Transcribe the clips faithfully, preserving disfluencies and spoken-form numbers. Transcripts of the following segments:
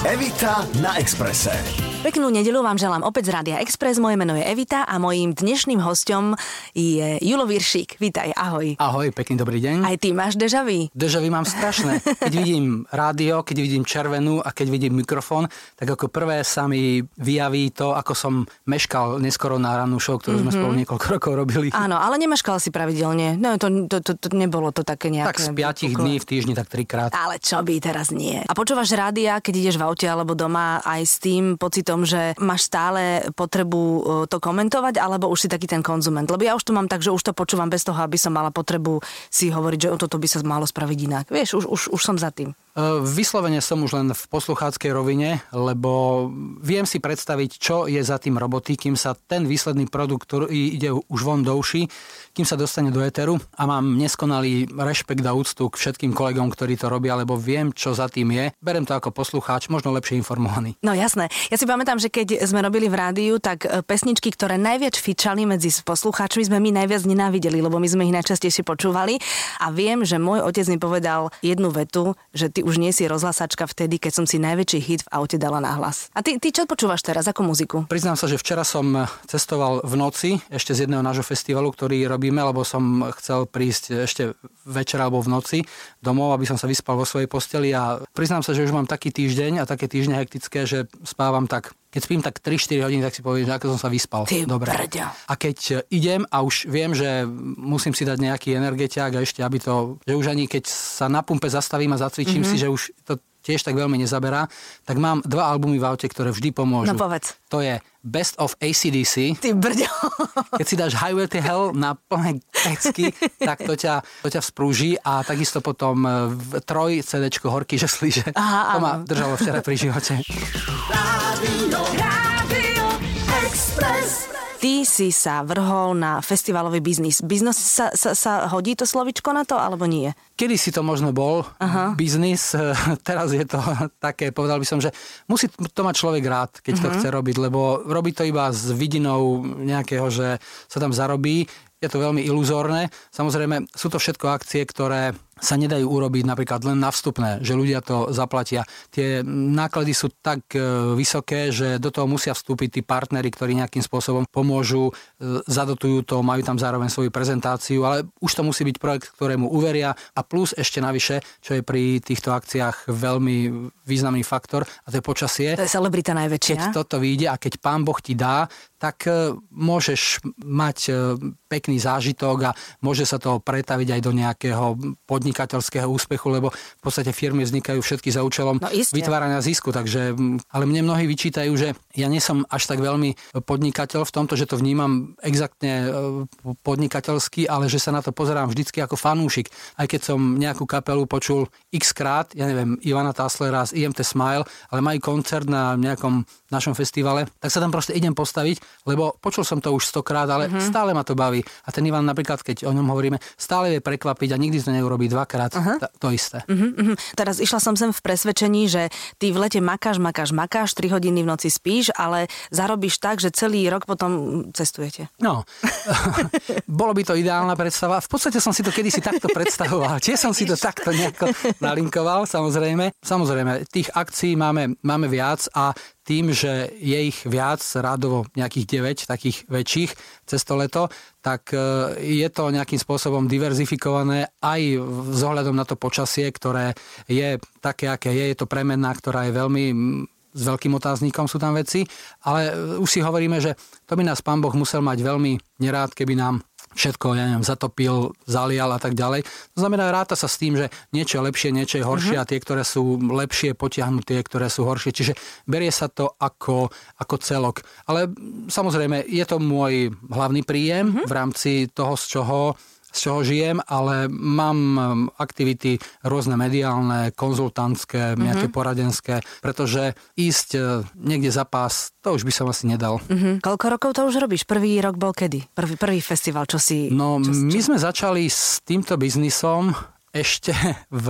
Evita na Expresse. Peknú nedeľu vám želám opäť z Rádia Express. Moje meno je Evita a mojím dnešným hosťom je Julo Viršík. Vítaj, ahoj. Ahoj, pekný dobrý deň. Aj ty máš déjà vu? Déjà vu mám strašné. Keď vidím rádio, keď vidím červenú a keď vidím mikrofón, tak ako prvé sa mi vyjaví to, ako som meškal neskoro na rannú show, ktorú mm-hmm. sme spolu niekoľko rokov robili. Áno, ale nemeškal si pravidelne. No, to, to, to, to nebolo to také nejaké... Tak z piatich dní v týždni, tak trikrát. Ale čo by teraz nie. A počúvaš rádia, keď ideš v aute alebo doma aj s tým pocitom, že máš stále potrebu to komentovať, alebo už si taký ten konzument? Lebo ja už to mám tak, že už to počúvam bez toho, aby som mala potrebu si hovoriť, že o toto by sa malo spraviť inak. Vieš, už, už, už som za tým. Vyslovene som už len v poslucháckej rovine, lebo viem si predstaviť, čo je za tým roboty, kým sa ten výsledný produkt, ktorý ide už von do uší, kým sa dostane do éteru, a mám neskonalý rešpekt a úctu k všetkým kolegom, ktorí to robia, lebo viem, čo za tým je. Berem to ako poslucháč, možno lepšie informovaný. No jasné. Ja si pamätám, že keď sme robili v rádiu, tak pesničky, ktoré najviac fičali medzi poslucháčmi, sme my najviac nenávideli, lebo my sme ich najčastejšie počúvali. A viem, že môj otec mi povedal jednu vetu, že ty už nie si rozhlasačka vtedy, keď som si najväčší hit v aute dala nahlas. A ty, ty čo počúvaš teraz, ako muziku? Priznám sa, že včera som cestoval v noci ešte z jedného nášho festivalu, ktorý robíme, lebo som chcel prísť ešte večer alebo v noci domov, aby som sa vyspal vo svojej posteli, a priznám sa, že už mám taký týždeň a také týždne hektické, že spávam tak. Keď spím tak tri štyri hodiny, tak si poviem, že ako som sa vyspal. Ty dobre. Brďa. A keď idem a už viem, že musím si dať nejaký energetiák, a ešte aby to, že už ani keď sa na pumpe zastavím a zacvičím mm-hmm. si, že už to tiež tak veľmi nezaberá, tak mám dva albumy v aute, ktoré vždy pomôžu. No povedz. To je Best of á cé dé cé. Ty brďo. Keď si dáš Highway to Hell na plné pecky, tak to ťa, to ťa vzprúži, a takisto potom v troj cédéčko Horký žesli, že Aha, to ma držalo včera pri živote. Rádio, Rádio Express. Ty si sa vrhol na festivalový biznis. Biznis sa, sa, sa hodí to slovičko na to, alebo nie? Kedy si to možno bol Aha. biznis, teraz je to také, povedal by som, že musí to mať človek rád, keď uh-huh. to chce robiť, lebo robí to iba s vidinou nejakého, že sa tam zarobí. Je to veľmi iluzórne. Samozrejme, sú to všetko akcie, ktoré sa nedajú urobiť napríklad len na vstupné, že ľudia to zaplatia. Tie náklady sú tak vysoké, že do toho musia vstúpiť tí partneri, ktorí nejakým spôsobom pomôžu, zadotujú to, majú tam zároveň svoju prezentáciu, ale už to musí byť projekt, ktorému uveria, a plus ešte navyše, čo je pri týchto akciách veľmi významný faktor, a to je počasie. To je celebrita najväčšia. Keď toto vyjde a keď Pán Boh ti dá, tak môžeš mať pekný zážitok a môže sa to pretaviť aj do nejakého podnikateľského úspechu, lebo v podstate firmy vznikajú všetky za účelom no, vytvárania zisku. Takže, ale mne mnohí vyčítajú, že ja nie som až tak veľmi podnikateľ v tomto, že to vnímam exaktne podnikateľsky, ale že sa na to pozerám vždycky ako fanúšik. Aj keď som nejakú kapelu počul x krát, ja neviem, Ivana Taslera z í em té Smile, ale majú koncert na nejakom našom festivale, tak sa tam proste idem postaviť, lebo počul som to už stokrát, ale mm-hmm. stále ma to baví. A ten Ivan napríklad, keď o ňom hovoríme, stále vie prekvapiť a nikdy to neurobí dvakrát uh-huh. t- to isté. Uh-huh, uh-huh. Teraz išla som sem v presvedčení, že ty v lete makáš, makáš, makáš, tri hodiny v noci spíš, ale zarobíš tak, že celý rok potom cestujete. No, bolo by to ideálna predstava. V podstate som si to kedysi takto predstavoval. Tiež som si to takto nejako nalinkoval, samozrejme. Samozrejme, tých akcií máme, máme viac, a tým, že je ich viac, rádovo nejakých deväť takých väčších cez to leto, tak je to nejakým spôsobom diverzifikované aj s ohľadom na to počasie, ktoré je také, aké je. Je to premenná, ktorá je veľmi s veľkým otáznikom, sú tam veci, ale už si hovoríme, že to by nás Pán Boh musel mať veľmi nerád, keby nám všetko, ja neviem, zatopil, zalial a tak ďalej. To znamená, ráta sa s tým, že niečo je lepšie, niečo je horšie uh-huh. a tie, ktoré sú lepšie, potiahnu tie, ktoré sú horšie. Čiže berie sa to ako, ako celok. Ale samozrejme, je to môj hlavný príjem uh-huh. v rámci toho, z čoho z čoho žijem, ale mám aktivity rôzne mediálne, konzultantské, nejaké mm-hmm. poradenské, pretože ísť niekde za pás, to už by som asi nedal. Mm-hmm. Koľko rokov to už robíš? Prvý rok bol kedy? Prvý, prvý festival, čo si... No, čo, čo... my sme začali s týmto biznisom ešte v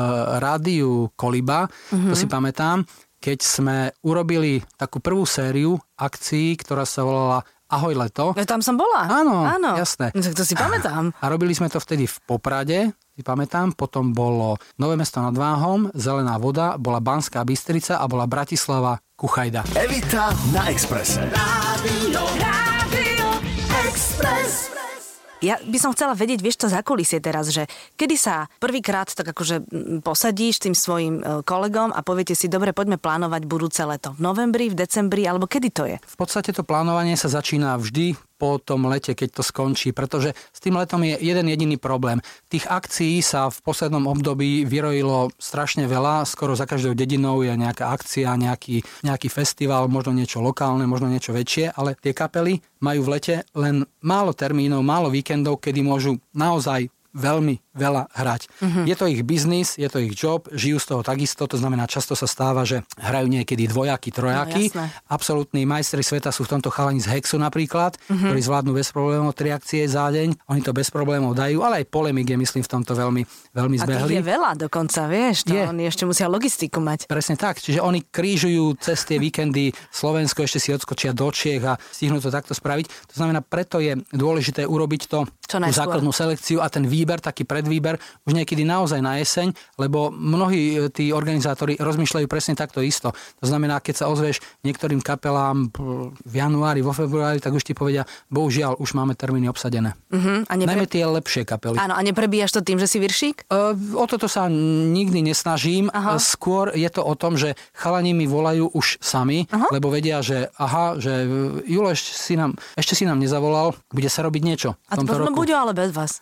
rádiu Koliba, mm-hmm. to si pamätám, keď sme urobili takú prvú sériu akcií, ktorá sa volala Ahoj leto. Ja tam som bola. Áno, Áno. jasné. Tak to si pamätám. A robili sme to vtedy v Poprade, si pamätám, potom bolo Nové Mesto nad Váhom, Zelená voda, bola Banská Bystrica a bola Bratislava Kuchajda. Evita na Expresse. Rádio, Rádio Express. Ja by som chcela vedieť, vieš to zákulisie teraz, že kedy sa prvýkrát tak akože posadíš s tým svojim kolegom a poviete si, dobre, poďme plánovať budúce leto. V novembri, v decembri, alebo kedy to je? V podstate to plánovanie sa začína vždy po tom lete, keď to skončí, pretože s tým letom je jeden jediný problém. Tých akcií sa v poslednom období vyrojilo strašne veľa, skoro za každou dedinou je nejaká akcia, nejaký, nejaký festival, možno niečo lokálne, možno niečo väčšie, ale tie kapely majú v lete len málo termínov, málo víkendov, kedy môžu naozaj veľmi veľa hrať. Mm-hmm. Je to ich biznis, je to ich job, žijú z toho takisto, to znamená, často sa stáva, že hrajú niekedy dvojaky, trojaky. No, absolútni majstri sveta sú v tomto chalani z Hexu napríklad, mm-hmm. ktorí zvládnu bez problémov tri akcie za deň. Oni to bez problémov dajú, ale aj polemik je, myslím, v tomto veľmi, veľmi zbehli. A tých je veľa dokonca, vieš, to je. Oni ešte musia logistiku mať. Presne tak, čiže oni krížujú cez tie víkendy Slovensko, ešte si odskočia do Čiech a stihnú to takto spraviť. To znamená, preto je dôležité urobiť to, tú základnú selekciu a ten výber, taký predvýber, už niekedy naozaj na jeseň, lebo mnohí tí organizátori rozmýšľajú presne takto isto. To znamená, keď sa ozveš niektorým kapelám v januári, vo februári, tak už ti povedia, bohužiaľ, už máme termíny obsadené. Uh-huh. A nepre... Najmä tie lepšie kapely. Áno, a neprebíjaš to tým, že si viršík? Uh, o toto sa nikdy nesnažím. Aha. Skôr je to o tom, že chalani mi volajú už sami, aha. lebo vedia, že aha, že Julo ešte si nám, ešte si nám nezavolal, bude sa robiť niečo v tomto roku. Budú ale bez vás.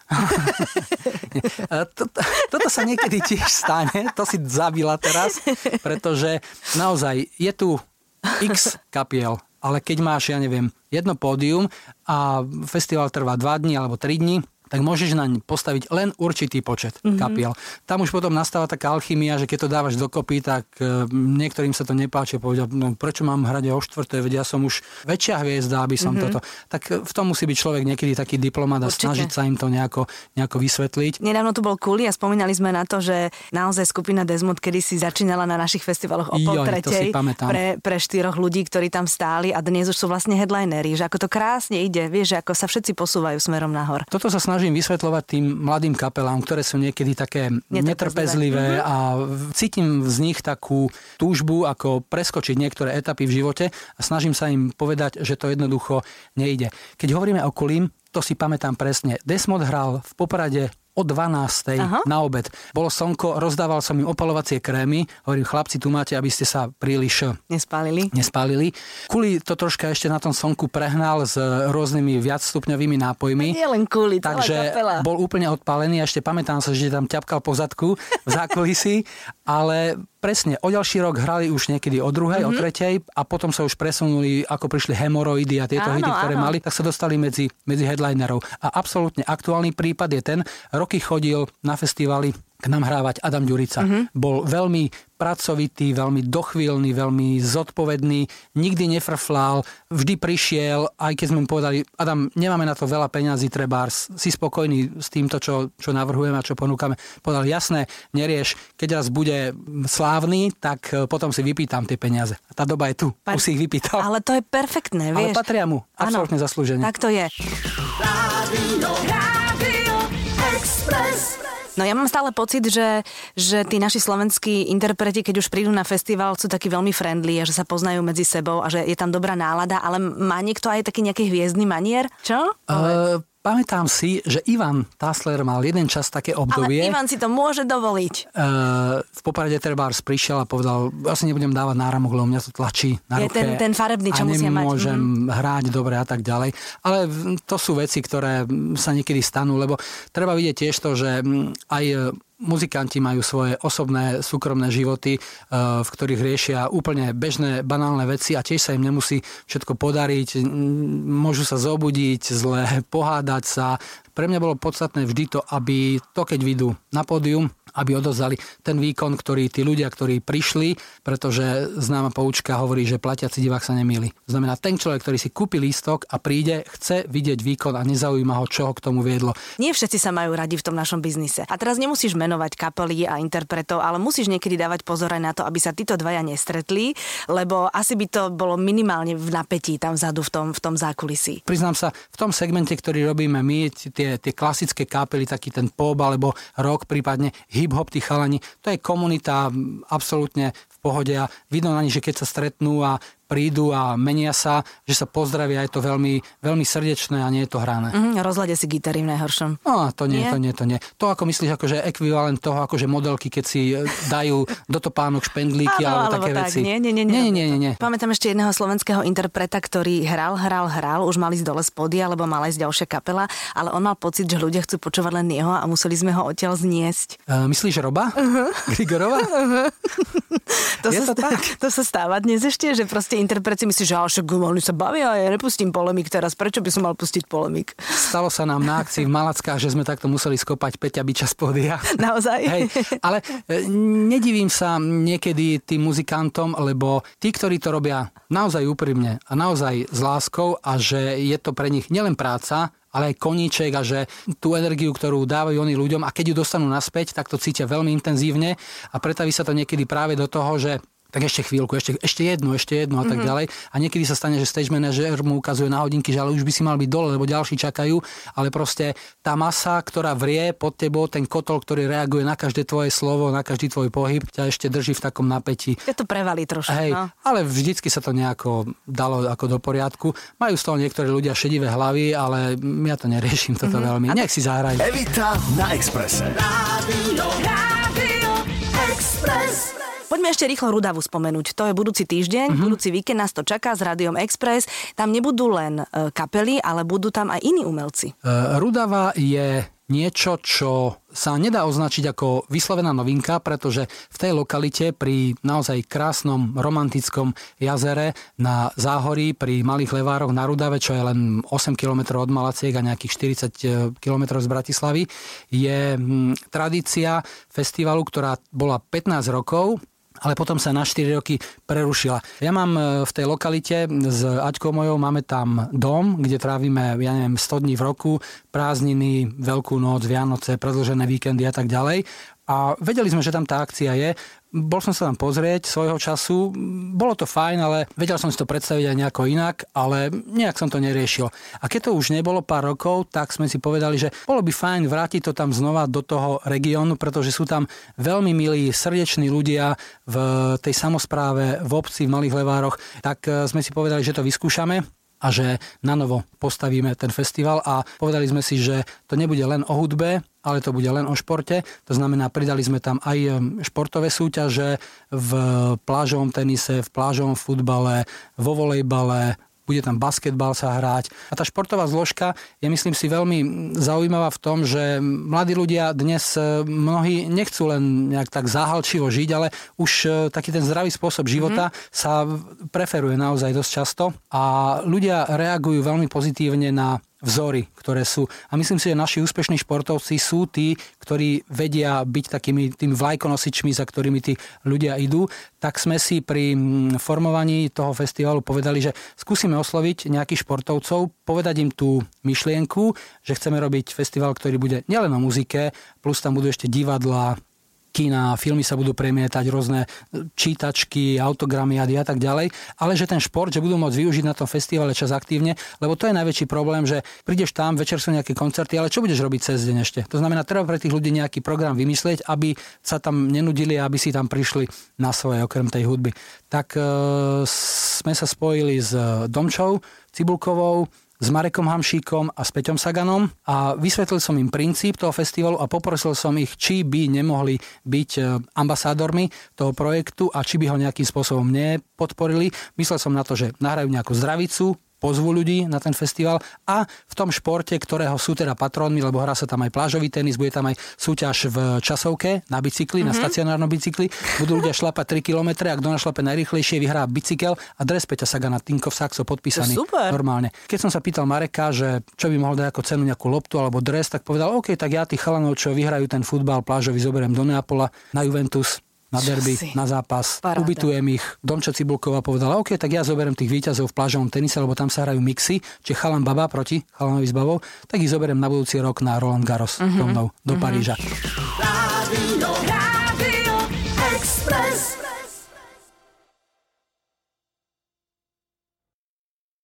Toto, toto sa niekedy tiež stane, to si zabila teraz, pretože naozaj je tu x kapiel, ale keď máš, ja neviem, jedno pódium a festival trvá dva dni alebo tri dni, tak môžeš naň postaviť len určitý počet mm-hmm. kapiel. Tam už potom nastáva taká alchymia, že keď to dávaš dokopy, tak e, niektorým sa to nepáči, povedia, no prečo mám hrať o štvrté, veď ja som už väčšia hviezda, aby som mm-hmm. toto. Tak v tom musí byť človek niekedy taký diplomat a Určite. snažiť sa im to nejako, nejako vysvetliť. Nedávno tu bol Kuli a spomínali sme na to, že naozaj skupina Desmod kedysi začínala na našich festivaloch o pol tretej pre, pre štyroch ľudí, ktorí tam stáli a dnes už sú vlastne headlinery, že ako to krásne ide, vieš, že ako sa všetci posúvajú smerom nahor. Toto sa snaží vysvetľovať tým mladým kapelám, ktoré sú niekedy také netrpezlivé mm-hmm. a cítim z nich takú túžbu, ako preskočiť niektoré etapy v živote a snažím sa im povedať, že to jednoducho nejde. Keď hovoríme o Kulim, to si pamätám presne. Desmod hral v Poprade o dvanástej Aha. na obed. Bolo slnko, rozdával som im opalovacie krémy. Hovorím, chlapci, tu máte, aby ste sa príliš nespálili. nespálili. Kuli to troška ešte na tom slnku prehnal s rôznymi viacstupňovými nápojmi. Nie len Kuli, takže kapela. Bol úplne odpálený. Ešte pamätám sa, že tam ťapkal po zadku v zákulisí, ale presne, o ďalší rok hrali už niekedy o druhej, mm-hmm. o tretej a potom sa už presunuli, ako prišli Hemoroidy a tieto áno, hity, ktoré áno. mali, tak sa dostali medzi, medzi headlinerov. A absolútne aktuálny prípad je ten, roky chodil na festivaly k nám hrávať Adam Ďurica. Mm-hmm. Bol veľmi pracovitý, veľmi dochvíľný, veľmi zodpovedný, nikdy nefrflal, vždy prišiel, aj keď sme mu povedali, Adam, nemáme na to veľa peňazí, trebárs, si spokojný s týmto, čo, čo navrhujeme a čo ponúkame. Povedal, jasné, nerieš, keď raz bude slávny, tak potom si vypýtam tie peniaze. A tá doba je tu, per... už si ich vypýtal. Ale to je perfektné, vieš. Ale patria mu, absolútne zaslúžene. Tak to je. Rádio, Rádio Express. No ja mám stále pocit, že, že tí naši slovenskí interpreti, keď už prídu na festival, sú takí veľmi friendly a že sa poznajú medzi sebou a že je tam dobrá nálada, ale má niekto aj taký nejaký hviezdny manier? Čo? Uh, pamätám si, že Ivan Tasler mal jeden čas také obdobie. Ale Ivan si to môže dovoliť. Uh, v Poprade trebárs prišiel a povedal, asi nebudem dávať náramok, lebo mňa to tlačí na je ruke. Ten, ten farebný, čo musia mať. A nemôžem mm-hmm. hrať dobre a tak ďalej. Ale to sú veci, ktoré sa niekedy stanú, lebo treba vidieť tiež to, že aj muzikanti majú svoje osobné, súkromné životy, v ktorých riešia úplne bežné, banálne veci a tiež sa im nemusí všetko podariť. Môžu sa zobudiť, zle pohádať sa. Pre mňa bolo podstatné vždy to, aby to, keď vyjdú na pódium, aby odozdali ten výkon, ktorý tí ľudia, ktorí prišli, pretože známa poučka hovorí, že platiaci divák sa nemýli. To znamená, ten človek, ktorý si kúpi lístok a príde, chce vidieť výkon a nezaujíma ho, čo ho k tomu viedlo. Nie všetci sa majú radi v tom našom biznise. A teraz nemusíš menovať kapely a interpretov, ale musíš niekedy dávať pozor aj na to, aby sa títo dvaja nestretli, lebo asi by to bolo minimálne v napätí tam vzadu v tom, v tom zákulisí. Priznám sa, v tom segmente, ktorý robíme my, tie, tie klasické kapely, taký ten pop alebo rock, prípadne hip-hop, tí chalani, to je komunita absolútne v pohode a vidno na nich, že keď sa stretnú a prídu a menia sa, že sa pozdravia, je to veľmi, veľmi srdečné a nie je to hrané. Mm, rozlade si gitary v najhoršom. No, to nie, nie, to nie, to nie. To ako myslíš, akože ekvivalent toho, akože modelky, keď si dajú do topánok špendlíky alebo, alebo také tak. veci. Nie, nie, nie, nie, nie, nie, nie. Pamätám ešte jedného slovenského interpreta, ktorý hral, hral, hral, už mali ísť dole z pódia, lebo mala ísť ďalšia kapela, ale on mal pocit, že ľudia chcú počúvať len jeho a museli sme ho odtiaľ zniesť. Uh, myslíš Roba? Uh-huh. Grigorova? Uh-huh. to, je sa to, tak? to sa stáva dnes ešte, že proste interpret si myslí, že ale však oni sa bavia a ja nepustím polemik teraz. Prečo by som mal pustiť polemik? Stalo sa nám na akcii v Malackách, že sme takto museli skopať Peťa Biča z pódia. Naozaj? Hej, ale nedivím sa niekedy tým muzikantom, lebo tí, ktorí to robia naozaj úprimne a naozaj s láskou a že je to pre nich nielen práca, ale aj koníček a že tú energiu, ktorú dávajú oni ľuďom a keď ju dostanú naspäť, tak to cítia veľmi intenzívne a pretaví sa to niekedy práve do toho, že tak ešte chvíľku, ešte, ešte jednu, ešte jednu a tak mm-hmm. ďalej. A niekedy sa stane, že stage manager mu ukazuje na hodinky, že ale už by si mal byť dole, lebo ďalší čakajú, ale proste tá masa, ktorá vrie pod tebou, ten kotol, ktorý reaguje na každé tvoje slovo, na každý tvoj pohyb, ťa ešte drží v takom napätí. Je to prevalí trošku. Hej, no. Ale vždycky sa to nejako dalo ako do poriadku. Majú z toho niektorí ľudia šedivé hlavy, ale ja to neriešim toto mm-hmm. veľmi. Nech si zahrajú. Evita na Expresse. Rádio, Rádio Express. Poďme ešte rýchlo Rudavu spomenúť. To je budúci týždeň, mm-hmm. budúci víkend nás to čaká s Rádiom Express. Tam nebudú len kapely, ale budú tam aj iní umelci. Uh, Rudava je niečo, čo sa nedá označiť ako vyslovená novinka, pretože v tej lokalite pri naozaj krásnom romantickom jazere na Záhorí pri Malých Levároch na Rudave, čo je len osem kilometrov od Malaciek a nejakých štyridsať kilometrov z Bratislavy, je tradícia festivalu, ktorá bola pätnásť rokov, ale potom sa na štyri roky prerušila. Ja mám v tej lokalite s Aťkou mojou, máme tam dom, kde trávime, ja neviem, sto dní v roku, prázdniny, Veľkú noc, Vianoce, predĺžené víkendy a tak ďalej. A vedeli sme, že tam tá akcia je. Bol som sa tam pozrieť svojho času. Bolo to fajn, ale vedel som si to predstaviť aj nejako inak, ale nejak som to neriešil. A keď to už nebolo pár rokov, tak sme si povedali, že bolo by fajn vrátiť to tam znova do toho regiónu, pretože sú tam veľmi milí, srdeční ľudia v tej samospráve v obci v Malých Levároch. Tak sme si povedali, že to vyskúšame a že na novo postavíme ten festival a povedali sme si, že to nebude len o hudbe, ale to bude len o športe. To znamená, pridali sme tam aj športové súťaže v plážovom tenise, v plážovom futbale, vo volejbale, bude tam basketbal sa hrať. A tá športová zložka je, myslím si, veľmi zaujímavá v tom, že mladí ľudia dnes mnohí nechcú len nejak tak záhalčivo žiť, ale už taký ten zdravý spôsob života mm. sa preferuje naozaj dosť často a ľudia reagujú veľmi pozitívne na vzory, ktoré sú. A myslím si, že naši úspešní športovci sú tí, ktorí vedia byť takými tými vlajkonosičmi, za ktorými tí ľudia idú. Tak sme si pri formovaní toho festivalu povedali, že skúsime osloviť nejakých športovcov, povedať im tú myšlienku, že chceme robiť festival, ktorý bude nielen o muzike, plus tam budú ešte divadlá, kina, filmy sa budú premietať, rôzne čítačky, autogramy a tak ďalej, ale že ten šport, že budú môcť využiť na tom festivale čas aktívne, lebo to je najväčší problém, že prídeš tam, večer sú nejaké koncerty, ale čo budeš robiť cez deň ešte? To znamená, treba pre tých ľudí nejaký program vymyslieť, aby sa tam nenudili, aby si tam prišli na svoje, okrem tej hudby. Tak e, sme sa spojili s Domčou Cibulkovou, s Marekom Hamšíkom a s Peťom Saganom a vysvetlil som im princíp toho festivalu a poprosil som ich, či by nemohli byť ambasádormi toho projektu a či by ho nejakým spôsobom nepodporili. Myslel som na to, že nahrajú nejakú zdravicu, pozvú ľudí na ten festival a v tom športe, ktorého sú teda patrónmi, lebo hrá sa tam aj plážový tenis, bude tam aj súťaž v časovke na bicykli, mm-hmm. na stacionárnom bicykli. Budú ľudia šlapať tri kilometre, ak kto našlape najrýchlejšie, vyhrá bicykel a dres Peťa Sagana, Tinkov Saxo podpísaný normálne. Keď som sa pýtal Mareka, že čo by mohol dať ako cenu nejakú loptu alebo dres, tak povedal, OK, tak ja tých chalanov, čo vyhrajú ten futbal plážový, zoberiem do Neapola, na Juventus, na derby, na zápas, paráda. Ubytujem ich. Domča Cibulková povedala, OK, tak ja zoberiem tých víťazov v plážovom tenise, lebo tam sa hrajú mixy, čiže chalan baba proti chalanovi s babou, tak ich zoberiem na budúci rok na Roland Garros mm-hmm. do mnou, do mm-hmm. Paríža. Rádio, Rádio Express.